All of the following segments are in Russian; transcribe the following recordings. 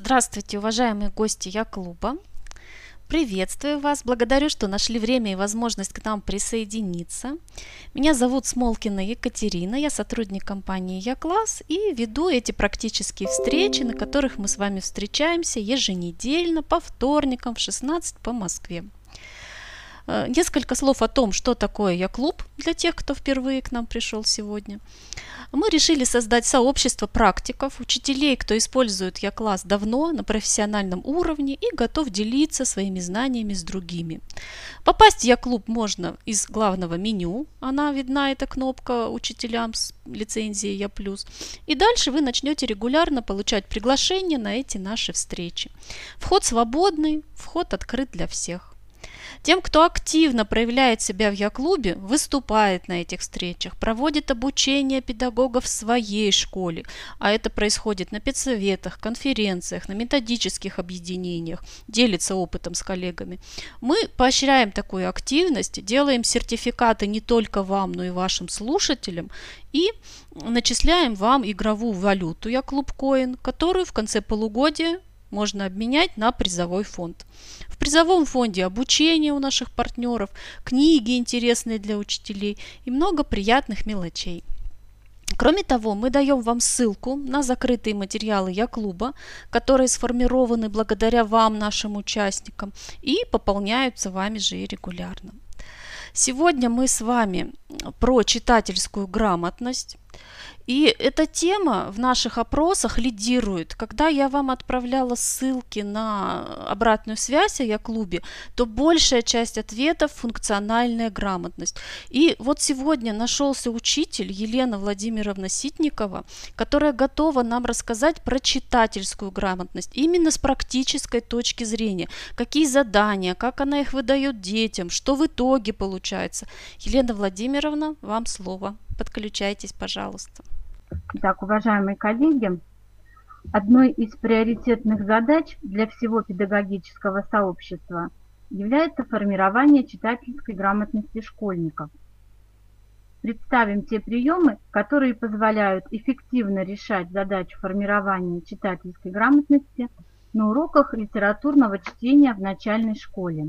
Здравствуйте, уважаемые гости Я-клуба. Приветствую вас. Благодарю, что нашли время и возможность к нам присоединиться. Меня зовут Смолкина Екатерина. Я сотрудник компании Я-класс и веду эти практические встречи, на которых мы с вами встречаемся еженедельно по вторникам в 16 по Москве. Несколько слов о том, что такое Я-клуб для тех, кто впервые к нам пришел сегодня. Мы решили создать сообщество практиков, учителей, кто использует Я-класс давно на профессиональном уровне и готов делиться своими знаниями с другими. Попасть в Я-клуб можно из главного меню, она видна, эта кнопка учителям с лицензией Я+. И дальше вы начнете регулярно получать приглашения на эти наши встречи. Вход свободный, вход открыт для всех. Тем, кто активно проявляет себя в Я-клубе, выступает на этих встречах, проводит обучение педагогов в своей школе, а это происходит на педсоветах, конференциях, на методических объединениях, делится опытом с коллегами. Мы поощряем такую активность, делаем сертификаты не только вам, но и вашим слушателям и начисляем вам игровую валюту Я-клуб Coin, которую в конце полугодия можно обменять на призовой фонд. В призовом фонде обучение у наших партнеров, книги интересные для учителей и много приятных мелочей. Кроме того, мы даем вам ссылку на закрытые материалы Я-клуба, которые сформированы благодаря вам, нашим участникам, и пополняются вами же и регулярно. Сегодня мы с вами про читательскую грамотность. И эта тема в наших опросах лидирует. Когда я вам отправляла ссылки на обратную связь о Я-клубе, то большая часть ответов – функциональная грамотность. И вот сегодня нашелся учитель Елена Владимировна Ситникова, которая готова нам рассказать про читательскую грамотность именно с практической точки зрения. Какие задания, как она их выдает детям, что в итоге получается. Елена Владимировна, вам слово. Подключайтесь, пожалуйста. Так, уважаемые коллеги, одной из приоритетных задач для всего педагогического сообщества является формирование читательской грамотности школьников. Представим те приемы, которые позволяют эффективно решать задачу формирования читательской грамотности на уроках литературного чтения в начальной школе.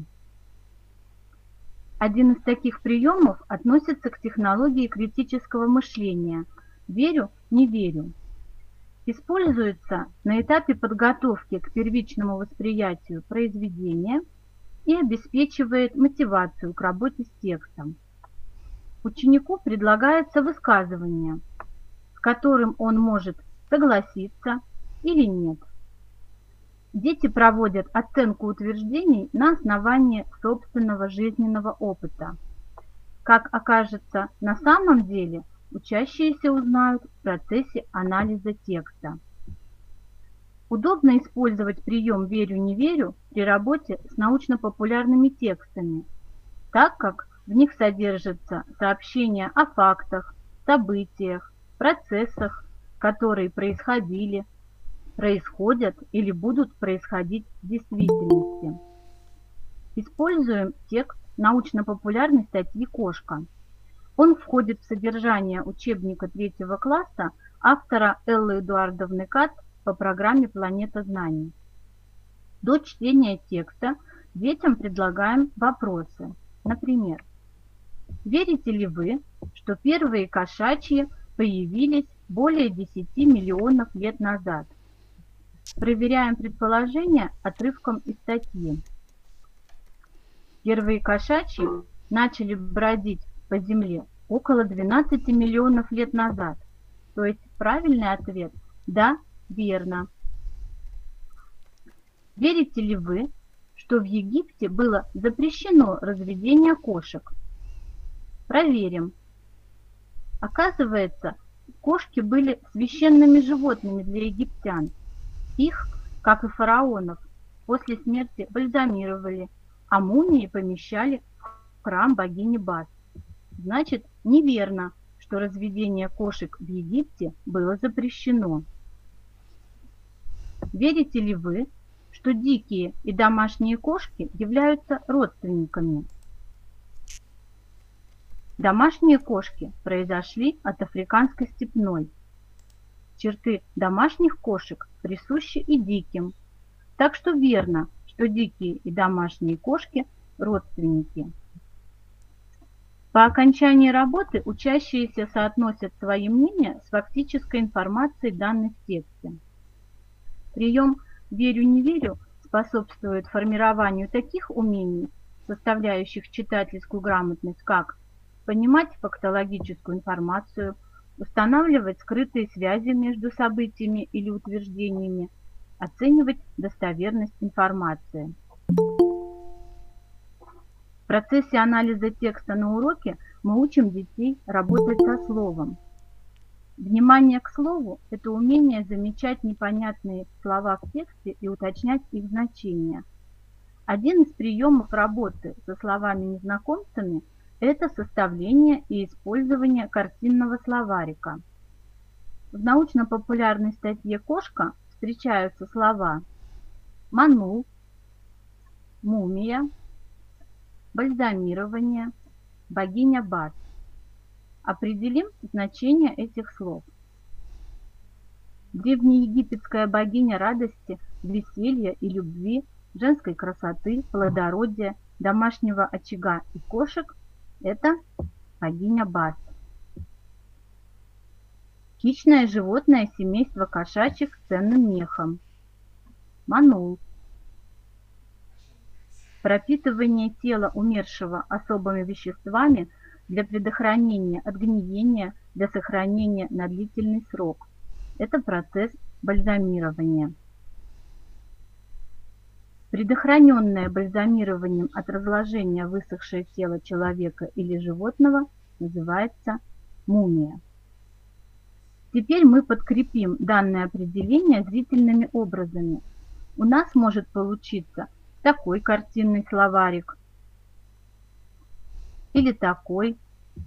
Один из таких приемов относится к технологии критического мышления «верю, не верю». Используется на этапе подготовки к первичному восприятию произведения и обеспечивает мотивацию к работе с текстом. Ученику предлагается высказывание, с которым он может согласиться или нет. Дети проводят оценку утверждений на основании собственного жизненного опыта. Как окажется на самом деле, учащиеся узнают в процессе анализа текста. Удобно использовать прием «верю, не верю» при работе с научно-популярными текстами, так как в них содержатся сообщения о фактах, событиях, процессах, которые происходили, происходят или будут происходить в действительности. Используем текст научно-популярной статьи «Кошка». Он входит в содержание учебника 3 класса автора Эллы Эдуардовны Кац по программе «Планета знаний». До чтения текста детям предлагаем вопросы. Например, верите ли вы, что первые кошачьи появились более 10 миллионов лет назад? Проверяем предположение отрывком из статьи. Первые кошачьи начали бродить по земле около 12 миллионов лет назад. То есть правильный ответ – да, верно. Верите ли вы, что в Египте было запрещено разведение кошек? Проверим. Оказывается, кошки были священными животными для египтян. Их, как и фараонов, после смерти бальзамировали, а мумии помещали в храм богини Бас. Значит, неверно, что разведение кошек в Египте было запрещено. Верите ли вы, что дикие и домашние кошки являются родственниками? Домашние кошки произошли от африканской степной. Черты домашних кошек присущи и диким, Так что верно, что дикие и домашние кошки – родственники. По окончании работы учащиеся соотносят свои мнения с фактической информацией, данной в тексте. Прием «верю-не верю» способствует формированию таких умений, составляющих читательскую грамотность, как понимать фактологическую информацию, устанавливать скрытые связи между событиями или утверждениями, оценивать достоверность информации. В процессе анализа текста на уроке мы учим детей работать со словом. Внимание к слову – это умение замечать непонятные слова в тексте и уточнять их значение. Один из приемов работы со словами-незнакомцами – это составление и использование картинного словарика. В научно-популярной статье «Кошка» встречаются слова «манул», «мумия», «бальзамирование», «богиня Бас». Определим значение этих слов. Древнеегипетская богиня радости, веселья и любви, женской красоты, плодородия, домашнего очага и кошек – это богиня Бас. Хищное животное семейства кошачьих с ценным мехом – манул. Пропитывание тела умершего особыми веществами для предохранения от гниения, для сохранения на длительный срок. Это процесс бальзамирования. Предохраненное бальзамированием от разложения высохшее тело человека или животного называется мумия. Теперь мы подкрепим данное определение зрительными образами. У нас может получиться такой картинный словарик, или такой,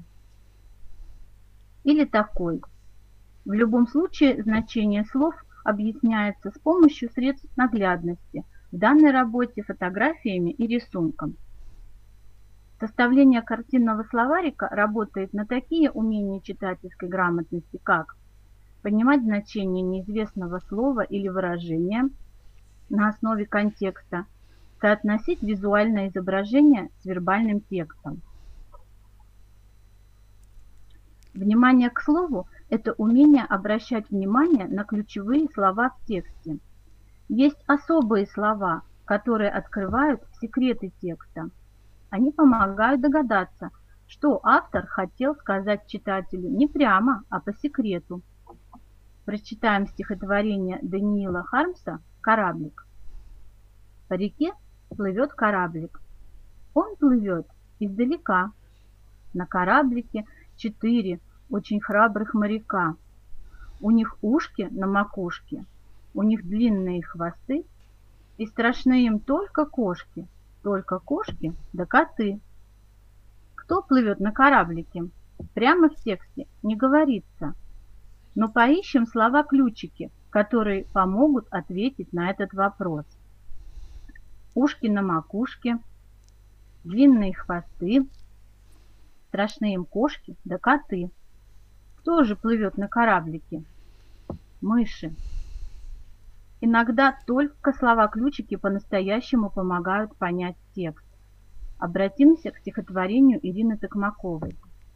или такой. В любом случае значение слов объясняется с помощью средств наглядности, в данной работе фотографиями и рисунком. Составление картинного словарика работает на такие умения читательской грамотности, как понимать значение неизвестного слова или выражения на основе контекста, соотносить визуальное изображение с вербальным текстом. Внимание к слову – это умение обращать внимание на ключевые слова в тексте. Есть особые слова, которые открывают секреты текста. Они помогают догадаться, что автор хотел сказать читателю не прямо, а по секрету. Прочитаем стихотворение Даниила Хармса «Кораблик». По реке плывет кораблик. Он плывет издалека. На кораблике 4 очень храбрых моряка. У них ушки на макушке, у них длинные хвосты, и страшны им только кошки да коты. Кто плывет на кораблике? Прямо в тексте не говорится. Но поищем слова-ключики, которые помогут ответить на этот вопрос. Ушки на макушке, длинные хвосты, страшны им кошки да коты. Кто же плывет на кораблике? Мыши. Иногда только слова-ключики по-настоящему помогают понять текст. Обратимся к стихотворению Ирины Токмаковой.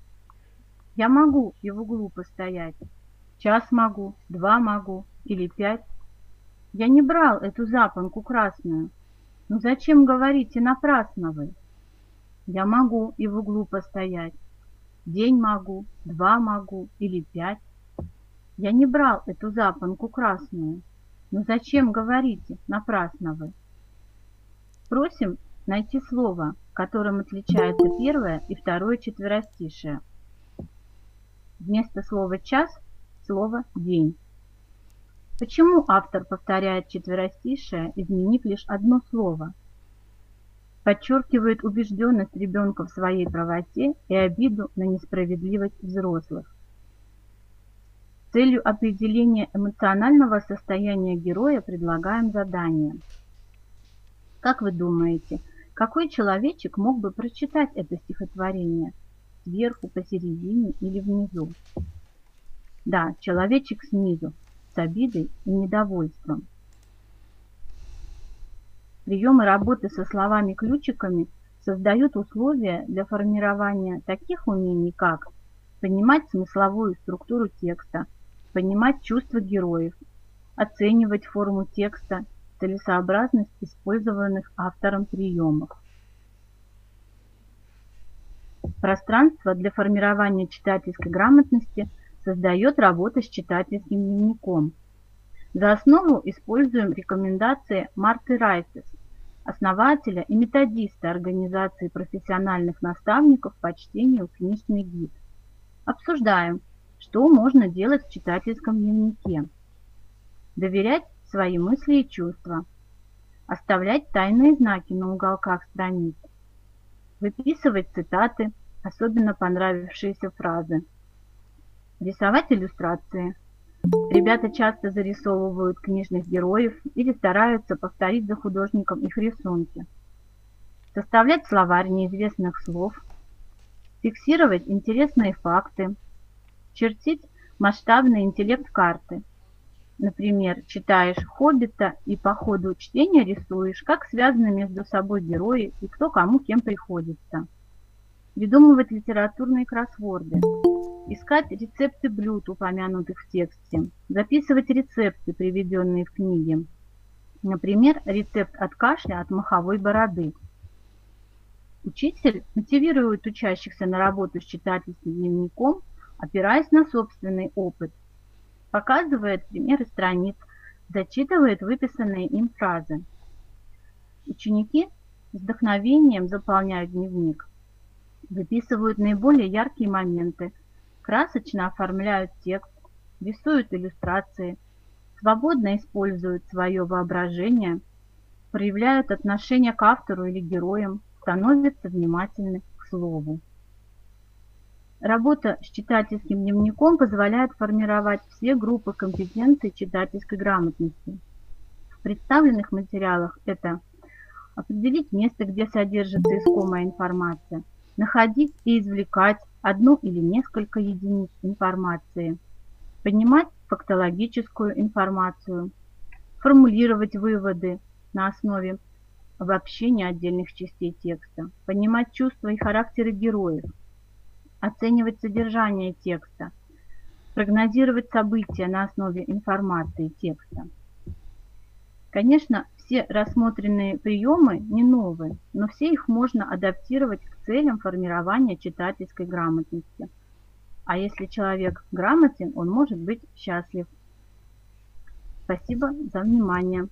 Я могу и в углу постоять. Час могу, 2 могу или 5. Я не брал эту запонку красную. Ну зачем говорите напрасно вы? Я могу и в углу постоять. День могу, 2 могу или 5. Я не брал эту запонку красную. Ну зачем говорите напрасно вы? Просим найти слово, которым отличается первое и второе четверостишее. Вместо слова «час» слово «день». Почему автор повторяет четверостишее, изменив лишь одно слово? Подчеркивает убежденность ребенка в своей правоте и обиду на несправедливость взрослых. С целью определения эмоционального состояния героя предлагаем задание. Как вы думаете, какой человечек мог бы прочитать это стихотворение? Сверху, посередине или внизу? Да, человечек снизу, с обидой и недовольством. Приемы работы со словами-ключиками создают условия для формирования таких умений, как понимать смысловую структуру текста, понимать чувства героев, оценивать форму текста, целесообразность использованных автором приемов. Пространство для формирования читательской грамотности создает работа с читательским дневником. За основу используем рекомендации Марты Райсес, основателя и методиста организации профессиональных наставников по чтению «Книжный гид». Обсуждаем, что можно делать в читательском дневнике. Доверять свои мысли и чувства. Оставлять тайные знаки на уголках страниц. Выписывать цитаты, особенно понравившиеся фразы. Рисовать иллюстрации. Ребята часто зарисовывают книжных героев или стараются повторить за художником их рисунки. Составлять словарь неизвестных слов. Фиксировать интересные факты. Чертить масштабные интеллект-карты. Например, читаешь «Хоббита» и по ходу чтения рисуешь, как связаны между собой герои и кто кому кем приходится. Придумывать литературные кроссворды. Искать рецепты блюд, упомянутых в тексте. Записывать рецепты, приведенные в книге. Например, рецепт от кашля от моховой бороды. Учитель мотивирует учащихся на работу с читательским дневником, опираясь на собственный опыт. Показывает примеры страниц, зачитывает выписанные им фразы. Ученики с вдохновением заполняют дневник, выписывают наиболее яркие моменты, красочно оформляют текст, рисуют иллюстрации, свободно используют свое воображение, проявляют отношение к автору или героям, становятся внимательны к слову. Работа с читательским дневником позволяет формировать все группы компетенций читательской грамотности. В представленных материалах это определить место, где содержится искомая информация, находить и извлекать одну или несколько единиц информации, понимать фактологическую информацию, формулировать выводы на основе обобщения отдельных частей текста, понимать чувства и характеры героев, оценивать содержание текста, прогнозировать события на основе информации текста. Конечно, все рассмотренные приемы не новые, но все их можно адаптировать к целям формирования читательской грамотности. А если человек грамотен, он может быть счастлив. Спасибо за внимание.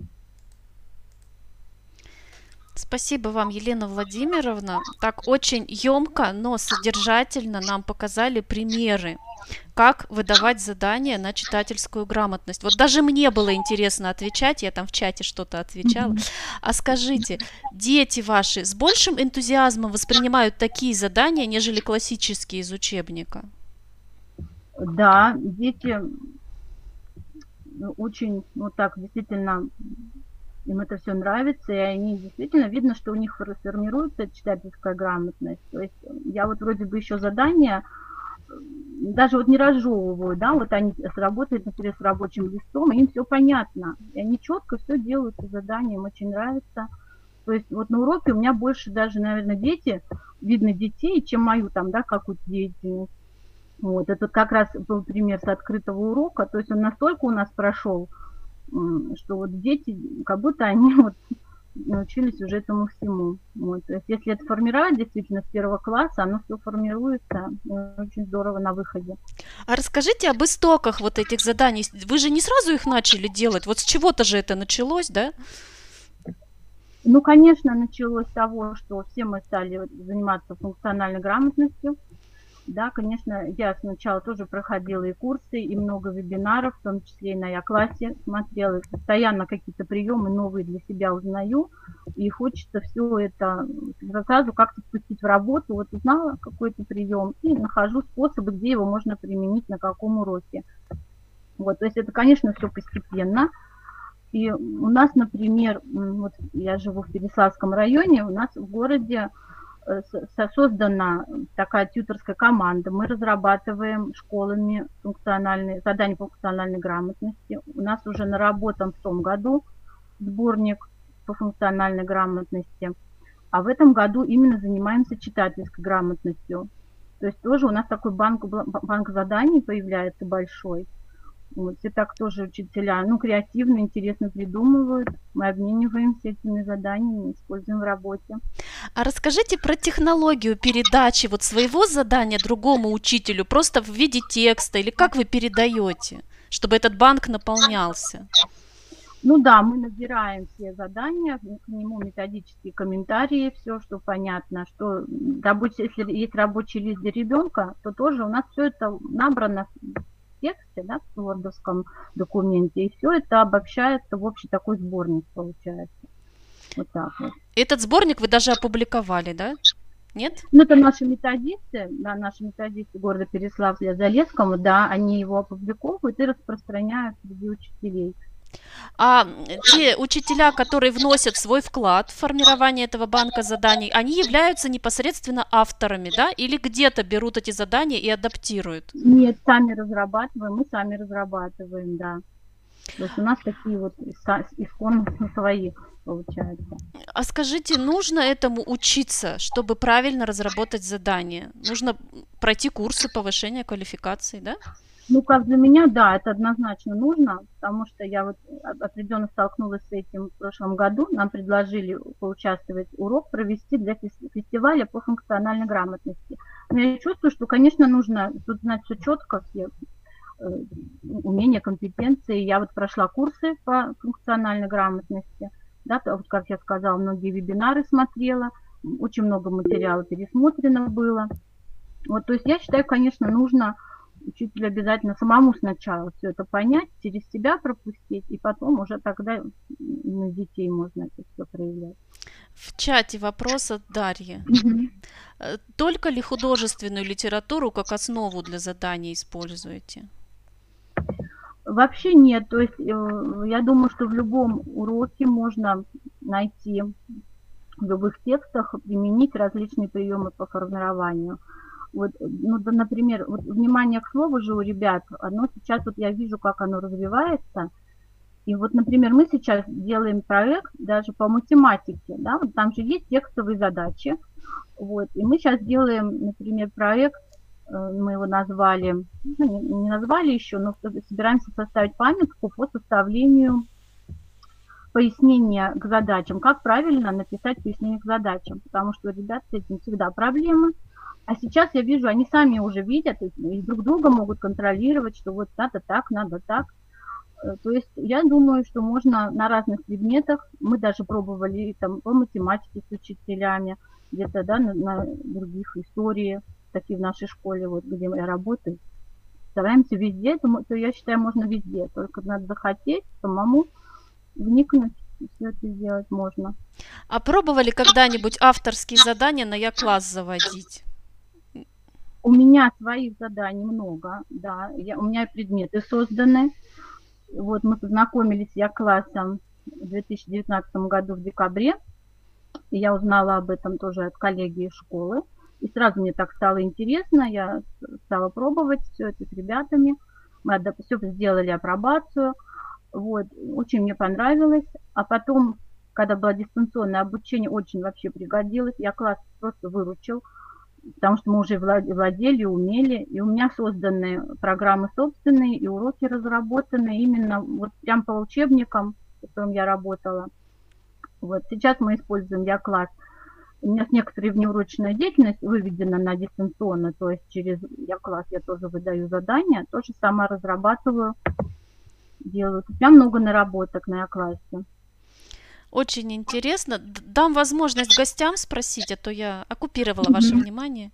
Спасибо вам, Елена Владимировна. Так очень емко, но содержательно нам показали примеры, как выдавать задания на читательскую грамотность. Вот даже мне было интересно отвечать, я там в чате что-то отвечала. А скажите, дети ваши с большим энтузиазмом воспринимают такие задания, нежели классические из учебника? Да, дети очень, вот так, действительно, им это все нравится, и они действительно, видно, что у них формируется читательская грамотность. То есть я вот вроде бы еще задания даже вот не разжевываю, да, вот они работают, например, с рабочим листом, и им все понятно, и они четко все делают по заданиям, очень нравится. То есть вот на уроке у меня больше даже, наверное, дети, видно детей, чем мою там, да, какую-то деятельность. Вот, это как раз был пример с открытого урока, то есть он настолько у нас прошел, что вот дети, как будто они вот научились уже этому всему. Вот. То есть если это формировать действительно с первого класса, оно все формируется очень здорово на выходе. А расскажите об истоках вот этих заданий. Вы же не сразу их начали делать, вот с чего-то же это началось, да? Ну, конечно, началось с того, что все мы стали заниматься функциональной грамотностью. Да, конечно, я сначала тоже проходила и курсы, и много вебинаров, в том числе и на Я-классе смотрела, и постоянно какие-то приемы новые для себя узнаю, и хочется все это сразу как-то спустить в работу. Вот узнала какой-то прием и нахожу способы, где его можно применить, на каком уроке. Вот, то есть это, конечно, все постепенно. И у нас, например, вот я живу в Переславском районе, у нас в городе создана такая тьюторская команда. Мы разрабатываем школами задания по функциональной грамотности. У нас уже наработан в том году сборник по функциональной грамотности. А в этом году именно занимаемся читательской грамотностью. То есть тоже у нас такой банк заданий появляется большой. Вот, и так тоже учителя, креативно, интересно придумывают. Мы обмениваемся этими заданиями, используем в работе. А расскажите про технологию передачи вот своего задания другому учителю, просто в виде текста, или как вы передаете, чтобы этот банк наполнялся? Ну да, мы набираем все задания, к нему методические комментарии, все, что понятно, что если есть рабочий лист для ребенка, то тоже у нас все это набрано в тексте, да, в вордовском документе, и все это обобщается в общий такой сборник получается. Вот так вот. Этот сборник вы даже опубликовали, да? Нет? Ну, это наши методисты города Переславля-Залесского, да, они его опубликовывают и распространяют среди учителей. А те учителя, которые вносят свой вклад в формирование этого банка заданий, они являются непосредственно авторами, да? Или где-то берут эти задания и адаптируют? Нет, мы сами разрабатываем, да. То есть у нас такие вот исконно свои получаются. А скажите, нужно этому учиться, чтобы правильно разработать задание? Нужно пройти курсы повышения квалификации, да? Ну, как для меня, да, это однозначно нужно, потому что я вот определенно столкнулась с этим в прошлом году. Нам предложили поучаствовать, урок провести для фестиваля по функциональной грамотности. Но я чувствую, что, конечно, нужно тут знать все четко, все умения, компетенции. Я вот прошла курсы по функциональной грамотности, да, вот, как я сказала, многие вебинары смотрела, очень много материала пересмотрено было. Вот, то есть я считаю, конечно, нужно учителю обязательно самому сначала все это понять, через себя пропустить, и потом уже тогда на детей можно это все проявлять. В чате вопрос от Дарьи. Только ли художественную литературу как основу для заданий используете? Вообще нет. То есть я думаю, что в любом уроке можно найти в любых текстах, применить различные приемы по формированию. Вот, ну, да, например, вот внимание к слову же у ребят, оно сейчас, вот я вижу, как оно развивается. И вот, например, мы сейчас делаем проект даже по математике, да, вот там же есть текстовые задачи. Вот, и мы сейчас делаем, например, проект, мы его назвали, ну, не назвали еще, но собираемся составить памятку по составлению пояснения к задачам, как правильно написать пояснение к задачам, потому что у ребят с этим всегда проблемы. А сейчас я вижу, они сами уже видят и друг друга могут контролировать, что вот надо так, надо так. То есть я думаю, что можно на разных предметах, мы даже пробовали там по математике с учителями, где-то, да, на других истории, такие в нашей школе, вот где я работаю. Стараемся везде, то я считаю, можно везде, только надо захотеть, самому вникнуть, и все это сделать можно. А пробовали когда-нибудь авторские задания на Я-класс заводить? У меня своих заданий много, да, у меня предметы созданы. Вот мы познакомились с Я-классом в 2019 году в декабре, и я узнала об этом тоже от коллеги из школы. И сразу мне так стало интересно, я стала пробовать все это с ребятами. Мы все сделали апробацию, вот, очень мне понравилось. А потом, когда было дистанционное обучение, очень вообще пригодилось. Я-класс просто выручил, потому что мы уже владели, умели, и у меня созданы программы собственные, и уроки разработаны именно вот прям по учебникам, с которым я работала. Вот сейчас мы используем Я-класс. У меня некоторая внеурочная деятельность выведена на дистанционно, то есть через Я-класс я тоже выдаю задания, тоже сама разрабатываю, делаю. У меня много наработок на Я-классе. Очень интересно. Дам возможность гостям спросить, а то я оккупировала ваше внимание.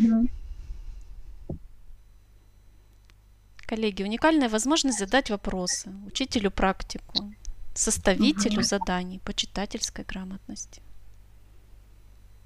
Коллеги, уникальная возможность задать вопросы учителю-практику, составителю заданий по читательской грамотности.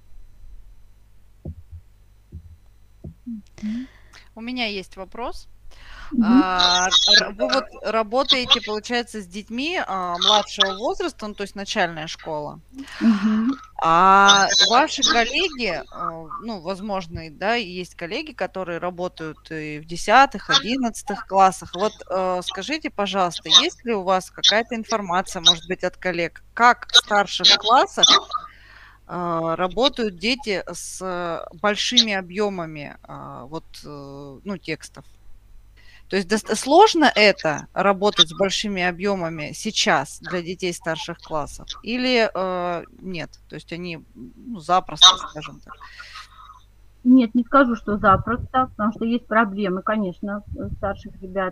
У меня есть вопрос. Мгм. Вы вот работаете, получается, с детьми младшего возраста, ну, то есть начальная школа. Мгм. А ваши коллеги, ну, возможно, да, и есть коллеги, которые работают и в 10-11 классах. Вот скажите, пожалуйста, есть ли у вас какая-то информация, может быть, от коллег, как в старших классах работают дети с большими объемами вот, ну, текстов? То есть сложно это работать с большими объемами сейчас для детей старших классов или нет? То есть они ну, запросто, скажем так. Нет, не скажу, что запросто, потому что есть проблемы, конечно, старших ребят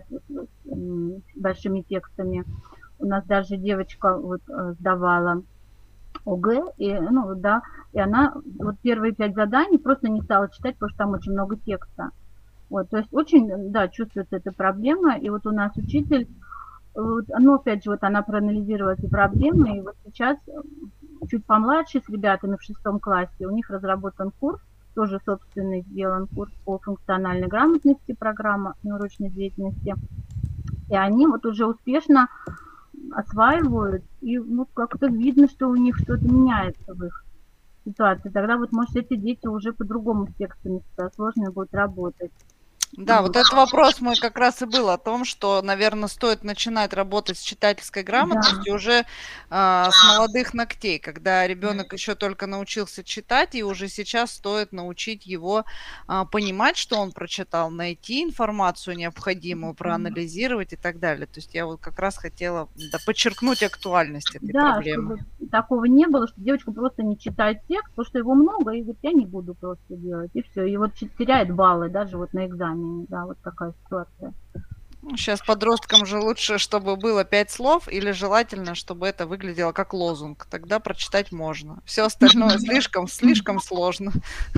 с большими текстами. У нас даже девочка вот сдавала ОГЭ, и, ну, да, и она вот первые 5 заданий просто не стала читать, потому что там очень много текста. Вот, то есть очень, да, чувствуется эта проблема, и вот у нас учитель, вот, ну, опять же, вот она проанализировала эти проблемы, и вот сейчас чуть помладше с ребятами в 6 классе, у них разработан курс, тоже собственный сделан курс по функциональной грамотности, программа неурочной деятельности, и они вот уже успешно осваивают, и ну, как-то видно, что у них что-то меняется в их ситуации. Тогда вот, может, эти дети уже по-другому с текстами сложно будут работать. Да, вот этот вопрос мой как раз и был о том, что, наверное, стоит начинать работать с читательской Да, грамотностью уже с молодых ногтей, когда ребенок еще только научился читать, и уже сейчас стоит научить его понимать, что он прочитал, найти информацию необходимую, проанализировать и так далее. То есть я вот как раз хотела подчеркнуть актуальность этой да, проблемы. чтобы такого не было, что девочка просто не читает текст, потому что его много, и говорит, я не буду просто делать, и все. И вот теряет баллы даже вот на экзамене, да, вот такая ситуация. Сейчас подросткам же лучше, чтобы было 5 слов, или желательно, чтобы это выглядело как лозунг. Тогда прочитать можно. Все остальное слишком сложно.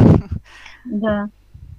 Да,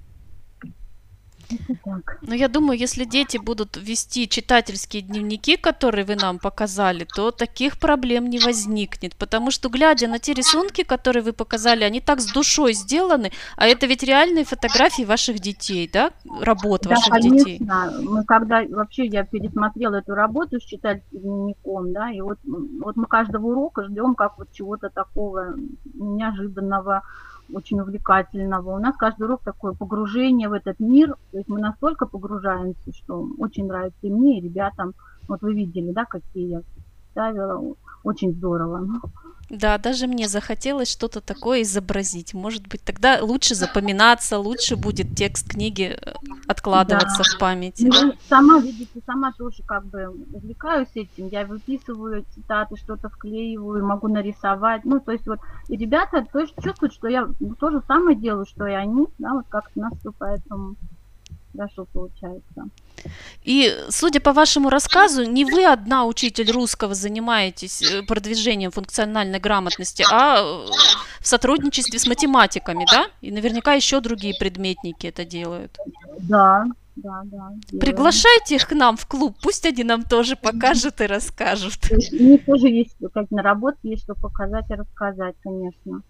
это так. Но я думаю, если дети будут вести читательские дневники, которые вы нам показали, то таких проблем не возникнет. Потому что, глядя на те рисунки, которые вы показали, они так с душой сделаны, а это ведь реальные фотографии ваших детей, да? Работ Да, ваших детей. конечно. Мы когда вообще я пересмотрела эту работу с читательским дневником, да, и вот, вот мы каждого урока ждем как вот чего-то такого неожиданного, очень увлекательного. У нас каждый урок такое погружение в этот мир, то есть мы настолько погружаемся, что очень нравится и мне, и ребятам. Вот вы видели, да, какие я ставила, очень здорово. Да, даже мне захотелось что-то такое изобразить. Может быть, тогда лучше запоминаться, лучше будет текст книги откладываться в памяти. Ну, сама, видите, сама тоже как бы увлекаюсь этим. Я выписываю цитаты, что-то вклеиваю, могу нарисовать. Ну, то есть вот и ребята то есть чувствуют, что я то же самое делаю, что и они, да, вот как-то у нас всё поэтому хорошо получается. И, судя по вашему рассказу, не вы одна учитель русского занимаетесь продвижением функциональной грамотности, а в сотрудничестве с математиками, да? И наверняка еще другие предметники это делают. Да, да, да. делаем. Приглашайте их к нам в клуб, пусть они нам тоже покажут и расскажут. То есть у них тоже есть, как наработки, есть что показать и рассказать, конечно.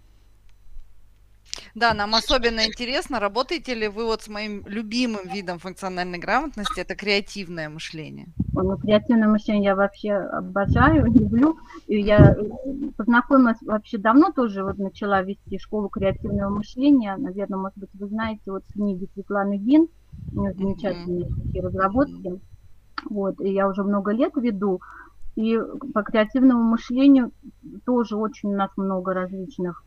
Да, нам особенно интересно, работаете ли вы вот с моим любимым видом функциональной грамотности, это креативное мышление. Ой, ну, креативное мышление я вообще обожаю, люблю. И я познакомилась вообще давно тоже, вот начала вести школу креативного мышления. Наверное, может быть, вы знаете, вот книги Светланы Гин, у нее замечательные такие разработки. Вот, и я уже много лет веду. И по креативному мышлению тоже очень у нас много различных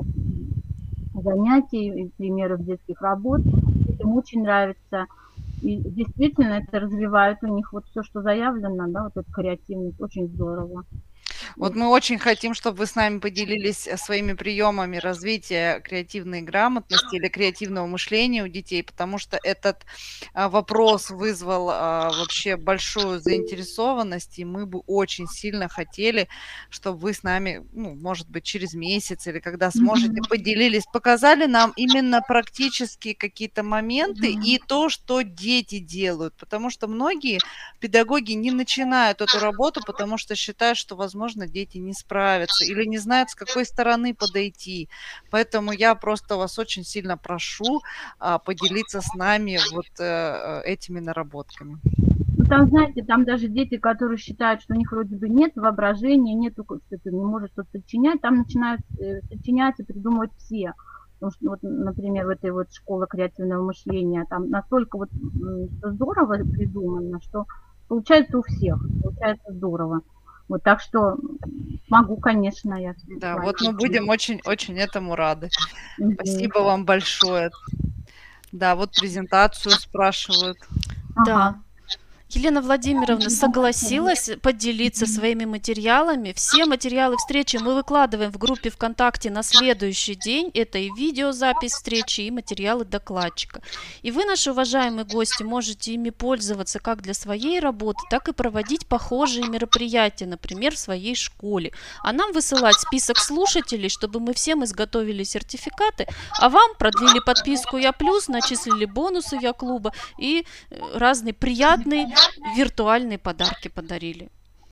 занятий, и примеров детских работ. Им очень нравится. И действительно это развивает у них вот все, что заявлено, да, вот эта креативность, очень здорово. Вот мы очень хотим, чтобы вы с нами поделились своими приемами развития креативной грамотности или креативного мышления у детей, потому что этот вопрос вызвал вообще большую заинтересованность, и мы бы очень сильно хотели, чтобы вы с нами, ну, может быть, через месяц или когда сможете, поделились, показали нам именно практические какие-то моменты и то, что дети делают, потому что многие педагоги не начинают эту работу, потому что считают, что, возможно, возможно, дети не справятся или не знают, с какой стороны подойти. Поэтому я просто вас очень сильно прошу поделиться с нами вот этими наработками. Ну, там, знаете, там даже дети, которые считают, что у них вроде бы нет воображения, нету, что-то, не может что-то сочинять, там начинают сочинять и придумывать все. Потому что, вот, например, в этой вот школе креативного мышления, там настолько вот здорово придумано, что получается у всех, получается здорово. Вот, так что могу, конечно, я. Да, вот мы будем очень-очень этому рады. Спасибо вам большое. Да, вот презентацию спрашивают. Да. Елена Владимировна согласилась поделиться своими материалами. Все материалы встречи мы выкладываем в группе ВКонтакте на следующий день. Это и видеозапись встречи, и материалы докладчика. И вы, наши уважаемые гости, можете ими пользоваться как для своей работы, так и проводить похожие мероприятия, например, в своей школе. А нам высылать список слушателей, чтобы мы всем изготовили сертификаты, а вам продлили подписку Я Плюс, начислили бонусы Я Клуба и разные приятные виртуальные подарки подарили.